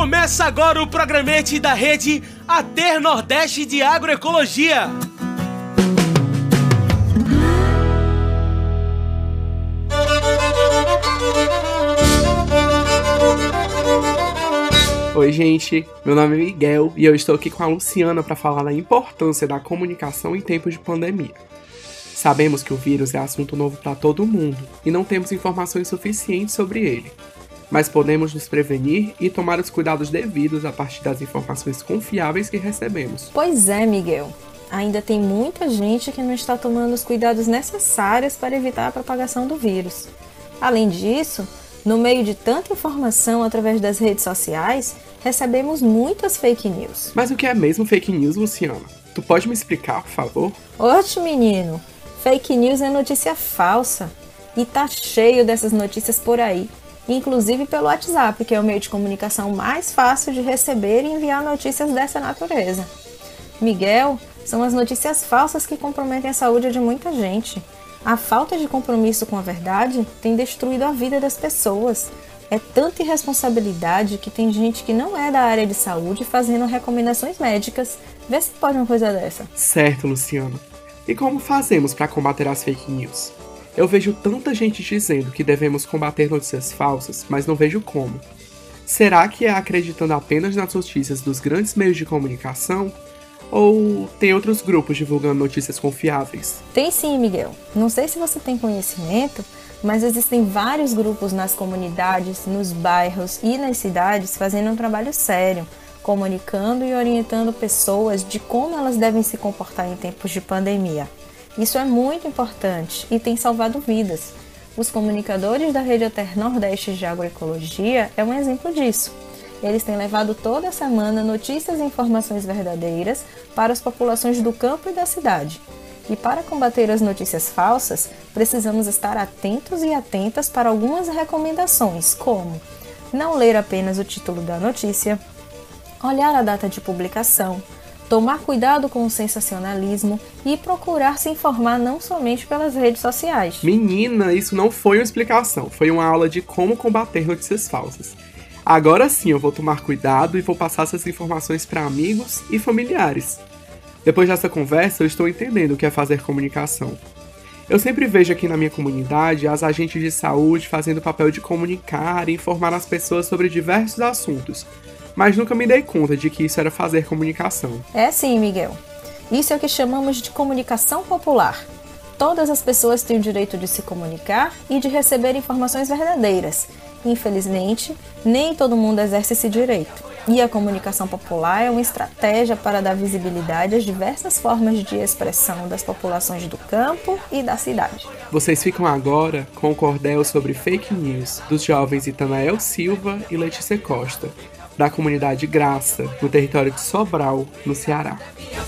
Começa agora o programete da rede ATER Nordeste de Agroecologia. Oi gente, meu nome é Miguel e eu estou aqui com a Luciana para falar da importância da comunicação em tempos de pandemia. Sabemos que o vírus é assunto novo para todo mundo e não temos informações suficientes sobre ele, mas podemos nos prevenir e tomar os cuidados devidos a partir das informações confiáveis que recebemos. Pois é, Miguel. Ainda tem muita gente que não está tomando os cuidados necessários para evitar a propagação do vírus. Além disso, no meio de tanta informação através das redes sociais, recebemos muitas fake news. Mas o que é mesmo fake news, Luciana? Tu pode me explicar, por favor? Oxe, menino! Fake news é notícia falsa. E tá cheio dessas notícias por aí. Inclusive pelo WhatsApp, que é o meio de comunicação mais fácil de receber e enviar notícias dessa natureza. Miguel, são as notícias falsas que comprometem a saúde de muita gente. A falta de compromisso com a verdade tem destruído a vida das pessoas. É tanta irresponsabilidade que tem gente que não é da área de saúde fazendo recomendações médicas. Vê se pode uma coisa dessa. Certo, Luciana. E como fazemos para combater as fake news? Eu vejo tanta gente dizendo que devemos combater notícias falsas, mas não vejo como. Será que é acreditando apenas nas notícias dos grandes meios de comunicação? Ou tem outros grupos divulgando notícias confiáveis? Tem sim, Miguel. Não sei se você tem conhecimento, mas existem vários grupos nas comunidades, nos bairros e nas cidades fazendo um trabalho sério, comunicando e orientando pessoas de como elas devem se comportar em tempos de pandemia. Isso é muito importante e tem salvado vidas. Os comunicadores da Rede ATER Nordeste de Agroecologia é um exemplo disso. Eles têm levado toda semana notícias e informações verdadeiras para as populações do campo e da cidade. E para combater as notícias falsas, precisamos estar atentos e atentas para algumas recomendações, como não ler apenas o título da notícia, olhar a data de publicação, tomar cuidado com o sensacionalismo e procurar se informar não somente pelas redes sociais. Menina, isso não foi uma explicação, foi uma aula de como combater notícias falsas. Agora sim eu vou tomar cuidado e vou passar essas informações para amigos e familiares. Depois dessa conversa eu estou entendendo o que é fazer comunicação. Eu sempre vejo aqui na minha comunidade as agentes de saúde fazendo o papel de comunicar e informar as pessoas sobre diversos assuntos, mas nunca me dei conta de que isso era fazer comunicação. É sim, Miguel. Isso é o que chamamos de comunicação popular. Todas as pessoas têm o direito de se comunicar e de receber informações verdadeiras. Infelizmente, nem todo mundo exerce esse direito. E a comunicação popular é uma estratégia para dar visibilidade às diversas formas de expressão das populações do campo e da cidade. Vocês ficam agora com o cordel sobre fake news dos jovens Itanael Silva e Letícia Costa, da comunidade Graça, no território de Sobral, no Ceará.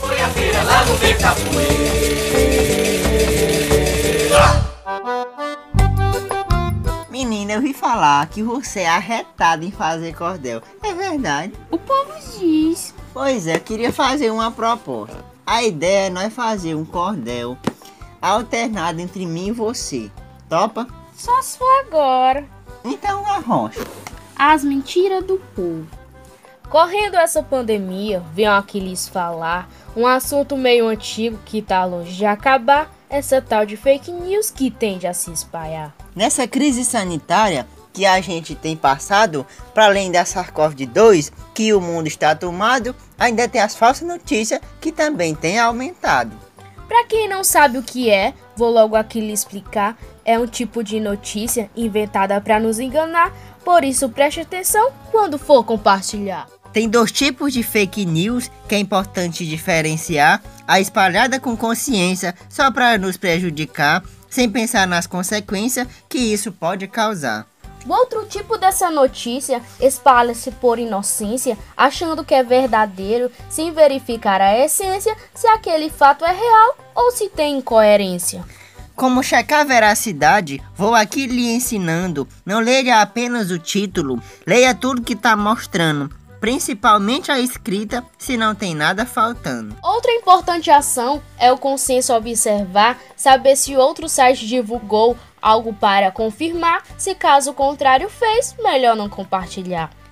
Menina, eu vi falar que você é arretado em fazer cordel. É verdade? O povo diz. Pois é, eu queria fazer uma proposta. A ideia é nós fazer um cordel alternado entre mim e você. Topa? Só se for agora. Então arrocha. As mentiras do povo. Correndo essa pandemia, venho aqui lhes falar um assunto meio antigo que tá longe de acabar, essa tal de fake news que tende a se espalhar. Nessa crise sanitária que a gente tem passado, para além da SARS-CoV-2, que o mundo está tomado, ainda tem as falsas notícias que também têm aumentado. Para quem não sabe o que é, vou logo aqui lhe explicar. É um tipo de notícia inventada para nos enganar, por isso preste atenção quando for compartilhar. Tem dois tipos de fake news que é importante diferenciar: a espalhada com consciência só para nos prejudicar, sem pensar nas consequências que isso pode causar. O outro tipo dessa notícia espalha-se por inocência, achando que é verdadeiro, sem verificar a essência, se aquele fato é real ou se tem incoerência. Como checar a veracidade, vou aqui lhe ensinando. Não leia apenas o título, leia tudo que está mostrando, principalmente a escrita, se não tem nada faltando. Outra importante ação é o consenso observar, saber se outro site divulgou algo para confirmar, se caso contrário fez, melhor não compartilhar.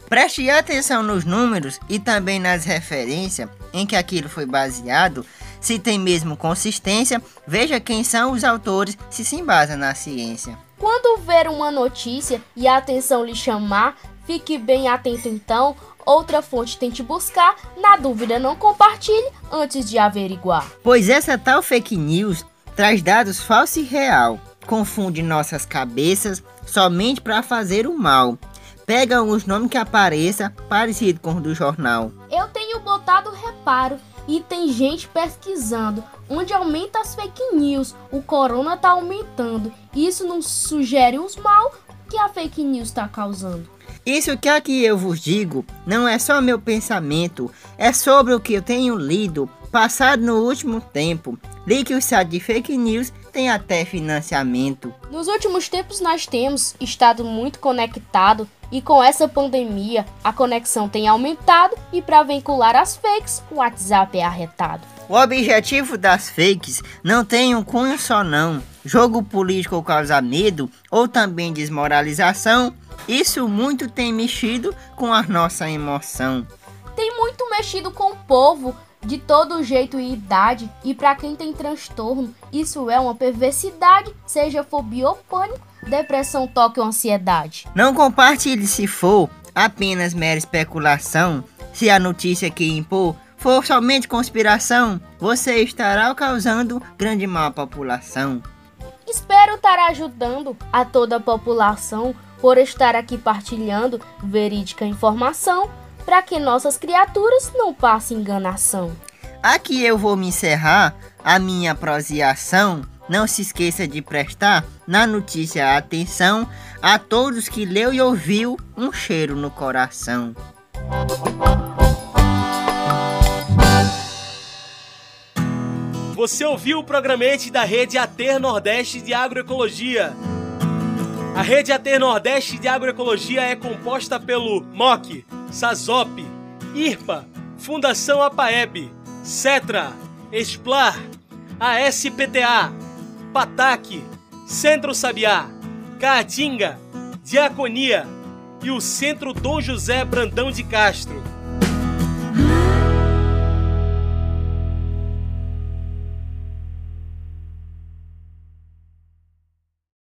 Preste atenção nos números e também nas referências em que aquilo foi baseado. Se tem mesmo consistência, veja quem são os autores, se embasa na ciência. Quando ver uma notícia e a atenção lhe chamar, fique bem atento então, outra fonte tente buscar, na dúvida não compartilhe antes de averiguar. Pois essa tal fake news traz dados falsos e real, confunde nossas cabeças somente para fazer o mal. Pega os nomes que apareça parecido com o do jornal. Eu tenho botado reparo e tem gente pesquisando onde aumenta as fake news. O corona tá aumentando. Isso não sugere os mal que a fake news está causando. Isso que aqui eu vos digo não é só meu pensamento, é sobre o que eu tenho lido, passado no último tempo. Li que o site de fake news tem até financiamento. Nos últimos tempos nós temos estado muito conectado e com essa pandemia a conexão tem aumentado e para vincular as fakes o WhatsApp é arretado. O objetivo das fakes não tem um cunho só não. Jogo político causa medo ou também desmoralização. Isso muito tem mexido com a nossa emoção. Tem muito mexido com o povo de todo jeito e idade, e para quem tem transtorno, isso é uma perversidade, seja fobia ou pânico, depressão, toque ou ansiedade. Não compartilhe se for apenas mera especulação. Se a notícia que impor for somente conspiração, você estará causando grande mal à população. Espero estar ajudando a toda a população por estar aqui partilhando verídica informação para que nossas criaturas não passem enganação. Aqui eu vou me encerrar a minha proseação. Não se esqueça de prestar na notícia atenção. A todos que leu e ouviu, um cheiro no coração. Você ouviu o programete da Rede ATER Nordeste de Agroecologia. A Rede ATER Nordeste de Agroecologia é composta pelo MOC, SASOP, IRPA, Fundação APAEB, CETRA, ESPLAR, ASPTA, PATAC, Centro Sabiá, Caatinga, Diaconia e o Centro Dom José Brandão de Castro.